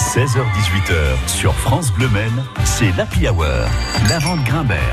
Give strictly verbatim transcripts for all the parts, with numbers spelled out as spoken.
seize heures dix-huit heures sur France Bleu Maine, c'est l'Happy Hour, la vente Grimbert.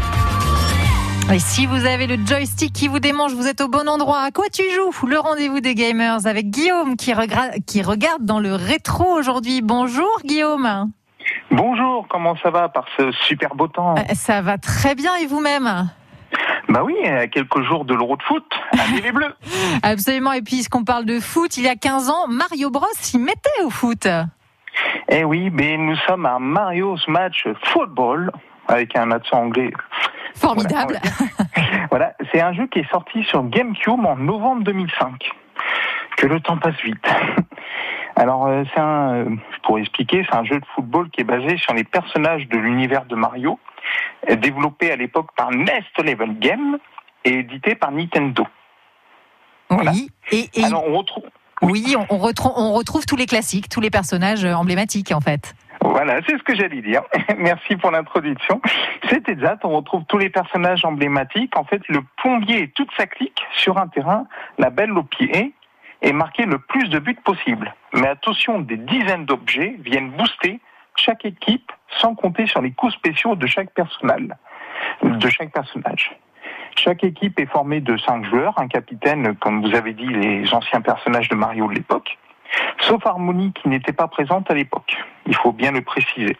Et si vous avez le joystick qui vous démange, vous êtes au bon endroit. À quoi tu joues ? Le rendez-vous des gamers avec Guillaume qui, regra- qui regarde dans le rétro aujourd'hui. Bonjour Guillaume. Bonjour, comment ça va par ce super beau temps ? euh, Ça va très bien et vous-même ? Bah oui, à quelques jours de l'Euro de foot, allez les Bleus. Absolument, et puisqu'on parle de foot, il y a quinze ans, Mario Bros s'y mettait au foot. Eh oui, mais nous sommes à Mario's Match Football, avec un accent anglais. Formidable. Voilà, voilà, c'est un jeu qui est sorti sur GameCube en novembre deux mille cinq. Que le temps passe vite. Alors, euh, c'est un, euh, pour expliquer, c'est un jeu de football qui est basé sur les personnages de l'univers de Mario, euh, développé à l'époque par Next Level Games et édité par Nintendo. Voilà. Oui. Et, et Alors, on retrouve. Oui, on, on, retrouve, on retrouve tous les classiques, tous les personnages emblématiques en fait. Voilà, c'est ce que j'allais dire. Merci pour l'introduction. C'est exact, on retrouve tous les personnages emblématiques. En fait, le plombier et toute sa clique sur un terrain, la belle au pied, et marquer le plus de buts possible. Mais attention, des dizaines d'objets viennent booster chaque équipe sans compter sur les coups spéciaux de chaque personnage. De chaque personnage. Chaque équipe est formée de cinq joueurs, un capitaine, comme vous avez dit, les anciens personnages de Mario de l'époque, sauf Harmony qui n'était pas présente à l'époque. Il faut bien le préciser.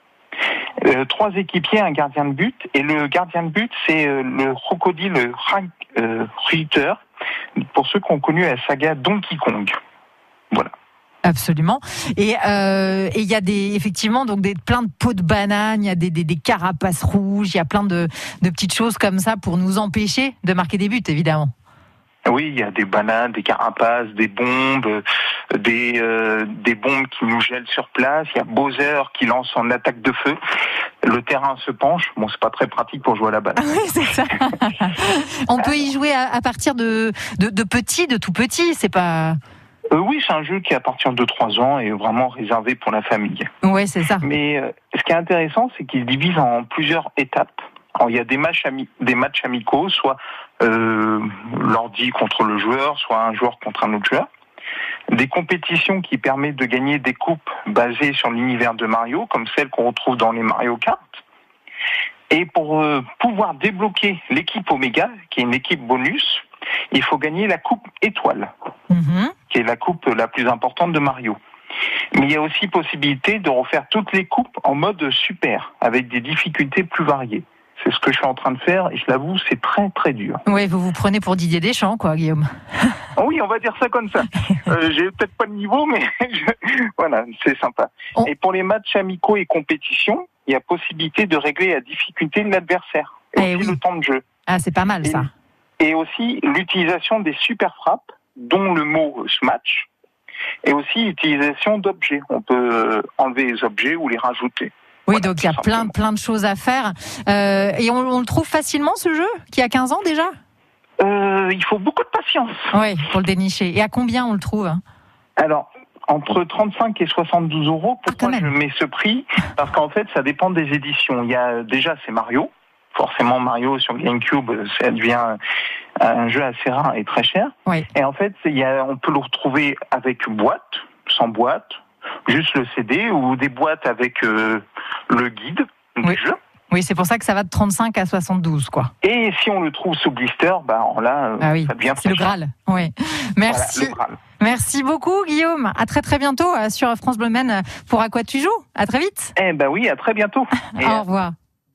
Euh, trois équipiers, un gardien de but, et le gardien de but, c'est euh, le crocodile euh, Ritter, pour ceux qui ont connu la saga Donkey Kong. Voilà. Absolument. Et euh, et il y a des effectivement donc des plein de pots de bananes, il y a des, des des carapaces rouges, il y a plein de de petites choses comme ça pour nous empêcher de marquer des buts évidemment. Oui, il y a des bananes, des carapaces, des bombes, des euh, des bombes qui nous gèlent sur place. Il y a Bowser qui lance en attaque de feu. Le terrain se penche. Bon, c'est pas très pratique pour jouer à la balle. Ah oui, c'est ça. On peut y jouer à, à partir de, de de petits, de tout petits. C'est pas. Euh, oui, c'est un jeu qui, à partir de trois ans, est vraiment réservé pour la famille. Oui, c'est ça. Mais euh, ce qui est intéressant, c'est qu'il se divise en plusieurs étapes. Alors, il y a des matchs, ami- des matchs amicaux, soit euh, l'ordi contre le joueur, soit un joueur contre un autre joueur. Des compétitions qui permettent de gagner des coupes basées sur l'univers de Mario, comme celles qu'on retrouve dans les Mario Kart. Et pour euh, pouvoir débloquer l'équipe Omega, qui est une équipe bonus, il faut gagner la coupe étoile, mmh. qui est la coupe la plus importante de Mario. Mais il y a aussi possibilité de refaire toutes les coupes en mode super, avec des difficultés plus variées. C'est ce que je suis en train de faire et je l'avoue, c'est très très dur. Oui, vous vous prenez pour Didier Deschamps, quoi, Guillaume. Oui, on va dire ça comme ça. Euh, j'ai peut-être pas le niveau, mais je... voilà, c'est sympa. On... Et pour les matchs amicaux et compétitions, il y a possibilité de régler la difficulté de l'adversaire et, et aussi oui. le temps de jeu. Ah, c'est pas mal et, ça. Et aussi l'utilisation des super frappes, dont le mot smash, et aussi l'utilisation d'objets. On peut enlever les objets ou les rajouter. Oui, voilà, donc il y a plein, plein de choses à faire. Euh, et on, on le trouve facilement, ce jeu, qui a quinze ans déjà ? euh, Il faut beaucoup de patience. Oui, pour le dénicher. Et à combien on le trouve ? Alors, entre trente-cinq et soixante-douze euros. Pourquoi ah, je mets ce prix ? Parce qu'en fait, ça dépend des éditions. Il y a déjà, c'est Mario. Forcément, Mario sur GameCube, ça devient un jeu assez rare et très cher. Oui. Et en fait, il y a, on peut le retrouver avec boîte, sans boîte, juste le C D, ou des boîtes avec euh, le guide oui. du jeu. Oui, c'est pour ça que ça va de trente-cinq à soixante-douze, quoi. Et si on le trouve sous blister, bah là, ah oui. ça devient c'est le Graal. Oui. Merci. Voilà, le Graal. Merci beaucoup, Guillaume. À très très bientôt sur France Bleu Maine pour À quoi tu joues. À très vite. Eh ben oui, à très bientôt. Et Au revoir.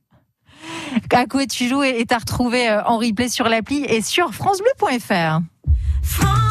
À quoi tu joues est à retrouver en replay sur l'appli et sur francebleu point fr.